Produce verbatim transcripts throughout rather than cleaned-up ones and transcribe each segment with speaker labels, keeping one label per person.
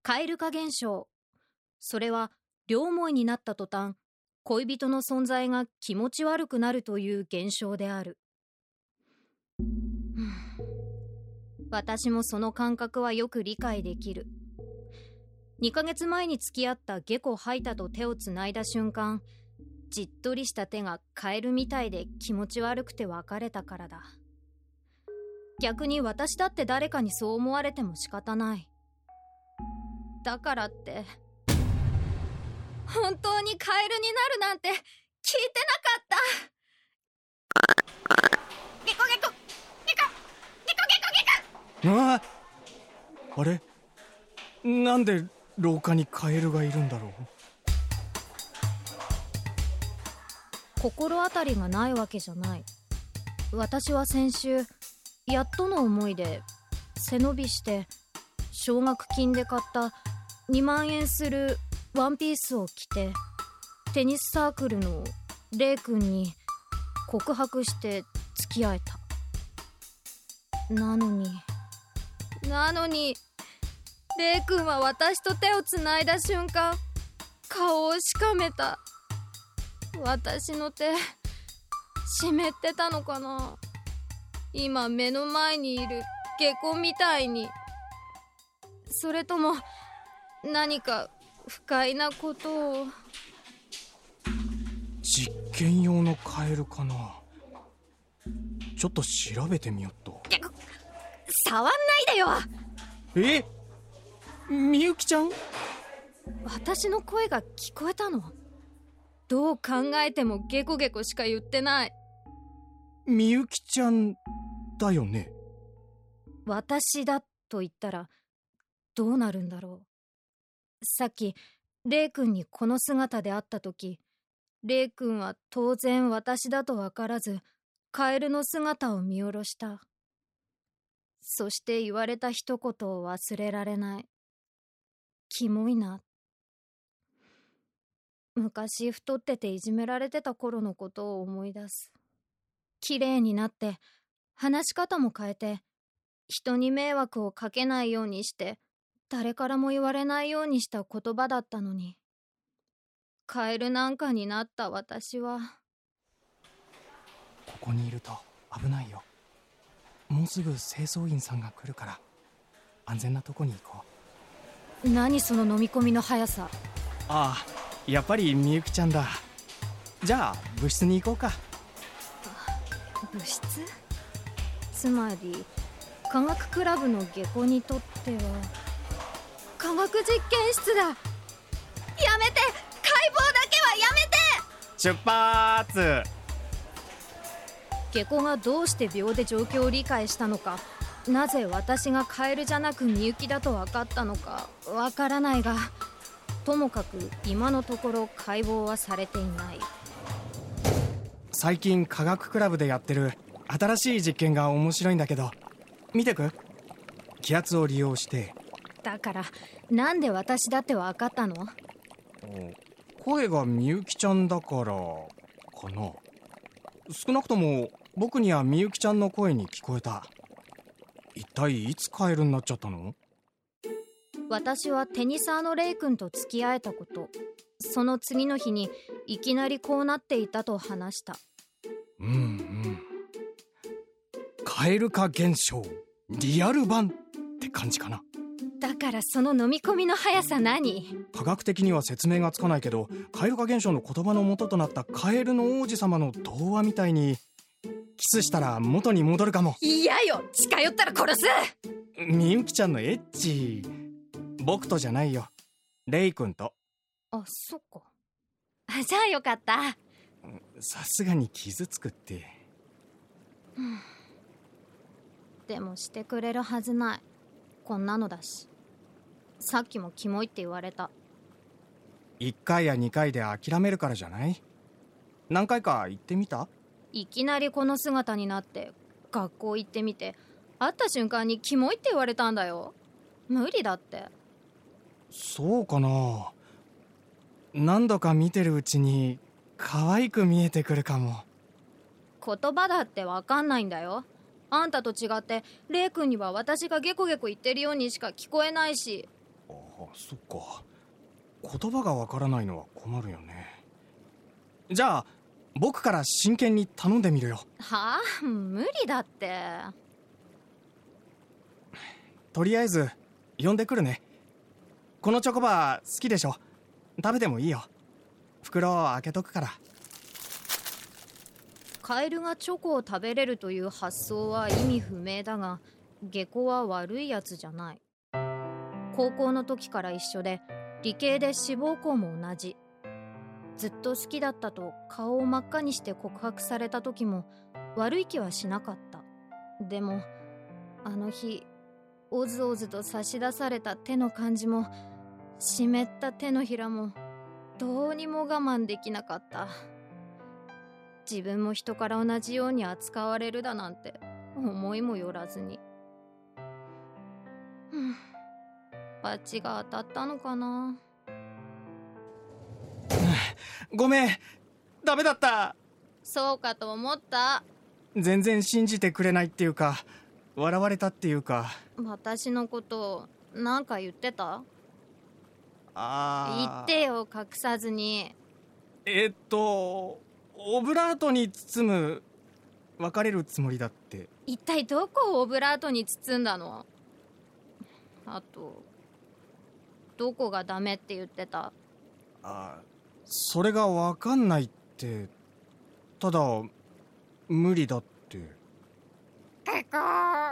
Speaker 1: 蛙化現象。それは両思いになった途端、恋人の存在が気持ち悪くなるという現象である。私もその感覚はよく理解できる。にかげつまえに付き合った下戸ハイタと手をつないだ瞬間、じっとりした手がカエルみたいで気持ち悪くて別れたからだ。逆に私だって誰かにそう思われても仕方ない。だからって本当にカエルになるなんて聞いてなかった。ゲコゲコゲコゲコゲコゲコ。
Speaker 2: ああ、あれ、なんで廊下にカエルがいるんだろう。
Speaker 1: 心当たりがないわけじゃない。私は先週やっとの思いで背伸びして奨学金で買ったにまんえんするワンピースを着てテニスサークルのレイ君に告白して付き合えた。なのになのにレイ君は私と手をつないだ瞬間顔をしかめた。私の手湿ってたのかな。今目の前にいる下戸みたいに。それとも何か不快なことを。
Speaker 2: 実験用のカエルかな。ちょっと調べてみよっと。
Speaker 1: 触んないでよ。
Speaker 2: え、みゆきちゃん？
Speaker 1: 私の声が聞こえたの？どう考えてもゲコゲコしか言ってない。
Speaker 2: みゆきちゃんだよね？
Speaker 1: 私だと言ったらどうなるんだろう。さっきレイ君にこの姿で会った時、レイ君は当然私だと分からずカエルの姿を見下ろした。そして言われた一言を忘れられない。キモいな。昔太ってていじめられてた頃のことを思い出す。綺麗になって話し方も変えて人に迷惑をかけないようにして誰からも言われないようにした言葉だったのに、カエルなんかになった私は。
Speaker 2: ここにいると危ないよ。もうすぐ清掃員さんが来るから安全なとこに行こ
Speaker 1: う。何その飲み込みの速さ。
Speaker 2: ああ、やっぱりみゆきちゃんだ。じゃあ部室に行こうか。
Speaker 1: 部室？つまり科学クラブの下戸にとっては科学実験室だ。やめて、解剖だけはやめて。
Speaker 2: 出発。
Speaker 1: 下戸がどうして秒で状況を理解したのか、なぜ私がカエルじゃなくみゆきだと分かったのかわからないが、ともかく今のところ解剖はされていない。
Speaker 2: 最近科学クラブでやってる新しい実験が面白いんだけど見てく？気圧を利用して。
Speaker 1: だからなんで私だって分かったの？
Speaker 2: 声がみゆきちゃんだからかな。少なくとも僕にはみゆきちゃんの声に聞こえた。一体いつカエルになっちゃったの？
Speaker 1: 私はテニサーのレイ君と付き合えたこと、その次の日にいきなりこうなっていたと話した。
Speaker 2: うんうん。カエル化現象リアル版って感じかな。
Speaker 1: だからその飲み込みの速さ何？
Speaker 2: 科学的には説明がつかないけど、カエル化現象の言葉の元となったカエルの王子様の童話みたいにキスしたら元に戻るかも。
Speaker 1: 嫌よ、近寄ったら殺す。
Speaker 2: みゆきちゃんのエッチ。僕とじゃないよ、レイ君と。
Speaker 1: あ、そっか。じゃあよかった。
Speaker 2: さすがに傷つくって。
Speaker 1: でもしてくれるはずない。こんなのだし。さっきもキモいって言われた。
Speaker 2: いっかいやにかいで諦めるからじゃない？何回か言ってみた？
Speaker 1: いきなりこの姿になって学校行ってみて会った瞬間にキモいって言われたんだよ。無理だって。
Speaker 2: そうかな。何度か見てるうちに可愛く見えてくるかも。
Speaker 1: 言葉だってわかんないんだよ。あんたと違ってレイ君には私がゲコゲコ言ってるようにしか聞こえないし。
Speaker 2: あそっか。言葉がわからないのは困るよね。じゃあ僕から真剣に頼んでみるよ。
Speaker 1: はあ、無理だって。
Speaker 2: とりあえず呼んでくるね。このチョコバー好きでしょ。食べてもいいよ。袋開けとくから。
Speaker 1: カエルがチョコを食べれるという発想は意味不明だが、下戸は悪いやつじゃない。高校の時から一緒で、理系で志望校も同じ。ずっと好きだったと顔を真っ赤にして告白された時も悪い気はしなかった。でもあの日おずおずと差し出された手の感じも湿った手のひらもどうにも我慢できなかった。自分も人から同じように扱われるだなんて思いもよらずに。バチが当たったのかな。
Speaker 2: ごめん、ダメだった。
Speaker 1: そうかと思った。
Speaker 2: 全然信じてくれないっていうか、笑われたっていうか。
Speaker 1: 私のことなんか言ってた？
Speaker 2: あ
Speaker 1: 言ってよ、隠さずに。
Speaker 2: えっとオブラートに包む、別れるつもりだって。
Speaker 1: 一体どこをオブラートに包んだの？あとどこがダメって言ってた？
Speaker 2: あ、それがわかんないって。ただ無理だって。
Speaker 1: 結構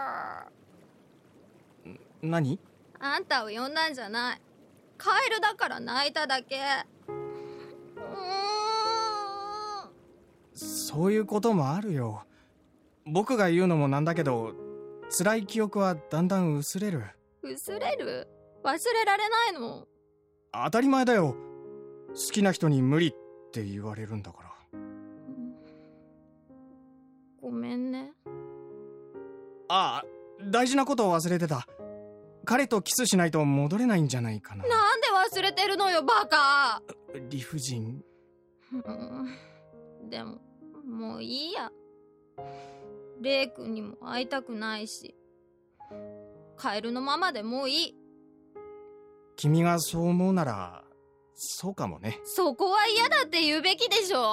Speaker 2: 何？
Speaker 1: あんたを呼んだんじゃない。カエルだから泣いただけ。うーん、
Speaker 2: そういうこともあるよ。僕が言うのもなんだけど、辛い記憶はだんだん薄れる。
Speaker 1: 薄れる？忘れられないの？
Speaker 2: 当たり前だよ。好きな人に無理って言われるんだから。
Speaker 1: ごめんね。
Speaker 2: ああ、大事なことを忘れてた。彼とキスしないと戻れないんじゃないかな。
Speaker 1: なんで忘れてるのよ、バカ。
Speaker 2: 理不尽。
Speaker 1: でももういいや。レイ君にも会いたくないし、カエルのままでもういい。
Speaker 2: 君がそう思うならそうかもね。
Speaker 1: そこは嫌だって言うべきでしょ。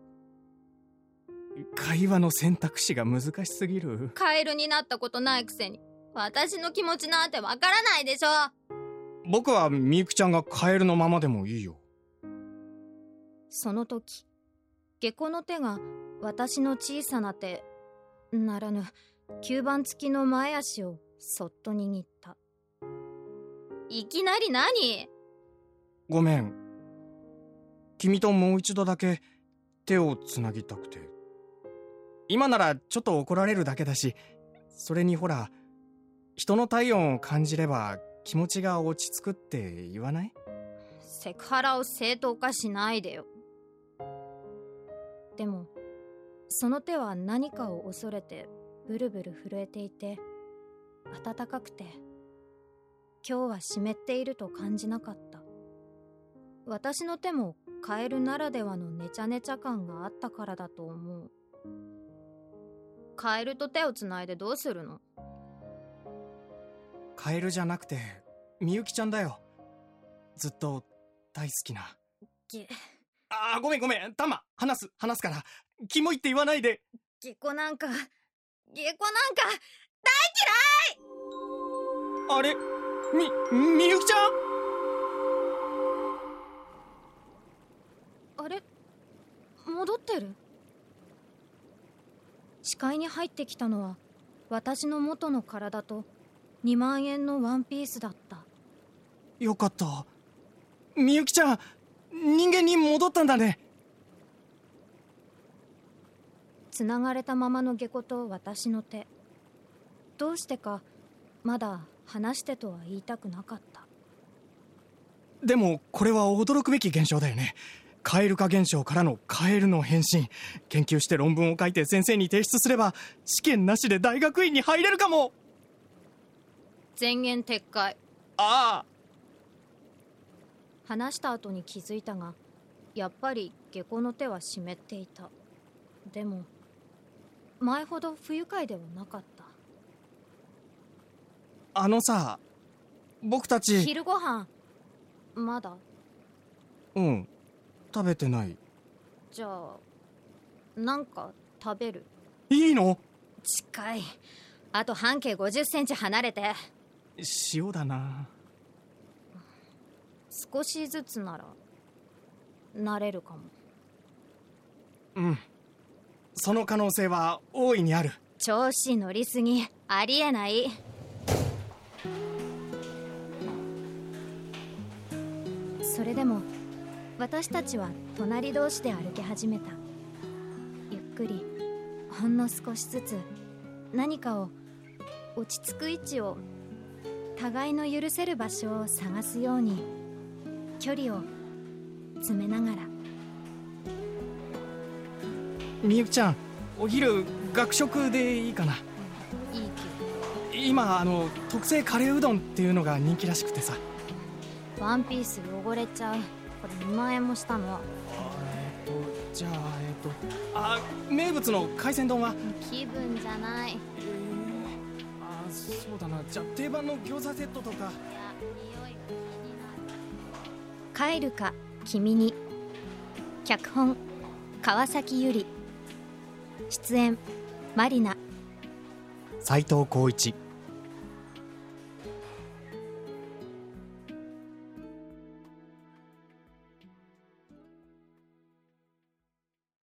Speaker 2: 会話の選択肢が難しすぎる。
Speaker 1: カエルになったことないくせに私の気持ちなんてわからないでしょ。
Speaker 2: 僕はみゆきちゃんがカエルのままでもいいよ。
Speaker 1: その時下戸の手が私の小さな手ならぬ吸盤付きの前足をそっと握った。いきなり何？
Speaker 2: ごめん。君ともう一度だけ手をつなぎたくて。今ならちょっと怒られるだけだし、それにほら、人の体温を感じれば気持ちが落ち着くって言わない？
Speaker 1: セクハラを正当化しないでよ。でもその手は何かを恐れてブルブル震えていて、暖かくて今日は湿っていると感じなかった。私の手もカエルならではのネチャネチャ感があったからだと思う。カエルと手をつないでどうするの？
Speaker 2: カエルじゃなくてみゆきちゃんだよ。ずっと大好きな。
Speaker 1: げ
Speaker 2: あーごめんごめん、タマ話す話すから、キモいって言わないで。
Speaker 1: 下戸なんか下戸なんか大嫌い。
Speaker 2: あれ、みみゆきちゃん？
Speaker 1: あれ、戻ってる？視界に入ってきたのは私の元の体とにまんえんのワンピースだった。
Speaker 2: よかった。みゆきちゃん、人間に戻ったんだね。
Speaker 1: つながれたままの下戸と私の手、どうしてかまだ離してとは言いたくなかった。
Speaker 2: でもこれは驚くべき現象だよね。カエル化現象からのカエルの変身。研究して論文を書いて先生に提出すれば試験なしで大学院に入れるかも。
Speaker 1: 前言撤回。
Speaker 2: ああ。
Speaker 1: 話した後に気づいたが、やっぱり下戸の手は湿っていた。でも前ほど不愉快ではなかった。
Speaker 2: あのさ、僕たち
Speaker 1: 昼ご飯まだ？
Speaker 2: うん、食べてない。
Speaker 1: じゃあなんか食べる？
Speaker 2: いいの？
Speaker 1: 近い。あと半径ごじゅっセンチ離れて。
Speaker 2: 塩だな。
Speaker 1: 少しずつなら慣れるかも。
Speaker 2: うん、その可能性は大いにある。
Speaker 1: 調子乗りすぎ、ありえない。それでも私たちは隣同士で歩き始めた。ゆっくり、ほんの少しずつ何かを、落ち着く位置を、互いの許せる場所を探すように距離を詰めながら。
Speaker 2: みゆきちゃん、お昼学食でいいかな？
Speaker 1: いいけど。
Speaker 2: 今あの特製カレーうどんっていうのが人気らしくてさ。
Speaker 1: ワンピース汚れちゃう。これにまん円もしたの。
Speaker 2: えっとじゃあえっとあ名物の海鮮丼は？
Speaker 1: 気分じゃない。
Speaker 2: えー、あそうだな。じゃあ定番の餃子セットとか。いや、
Speaker 1: 匂いが気になる。帰るか君に。脚本川崎由里、出演マリナ、
Speaker 2: 斉藤浩一。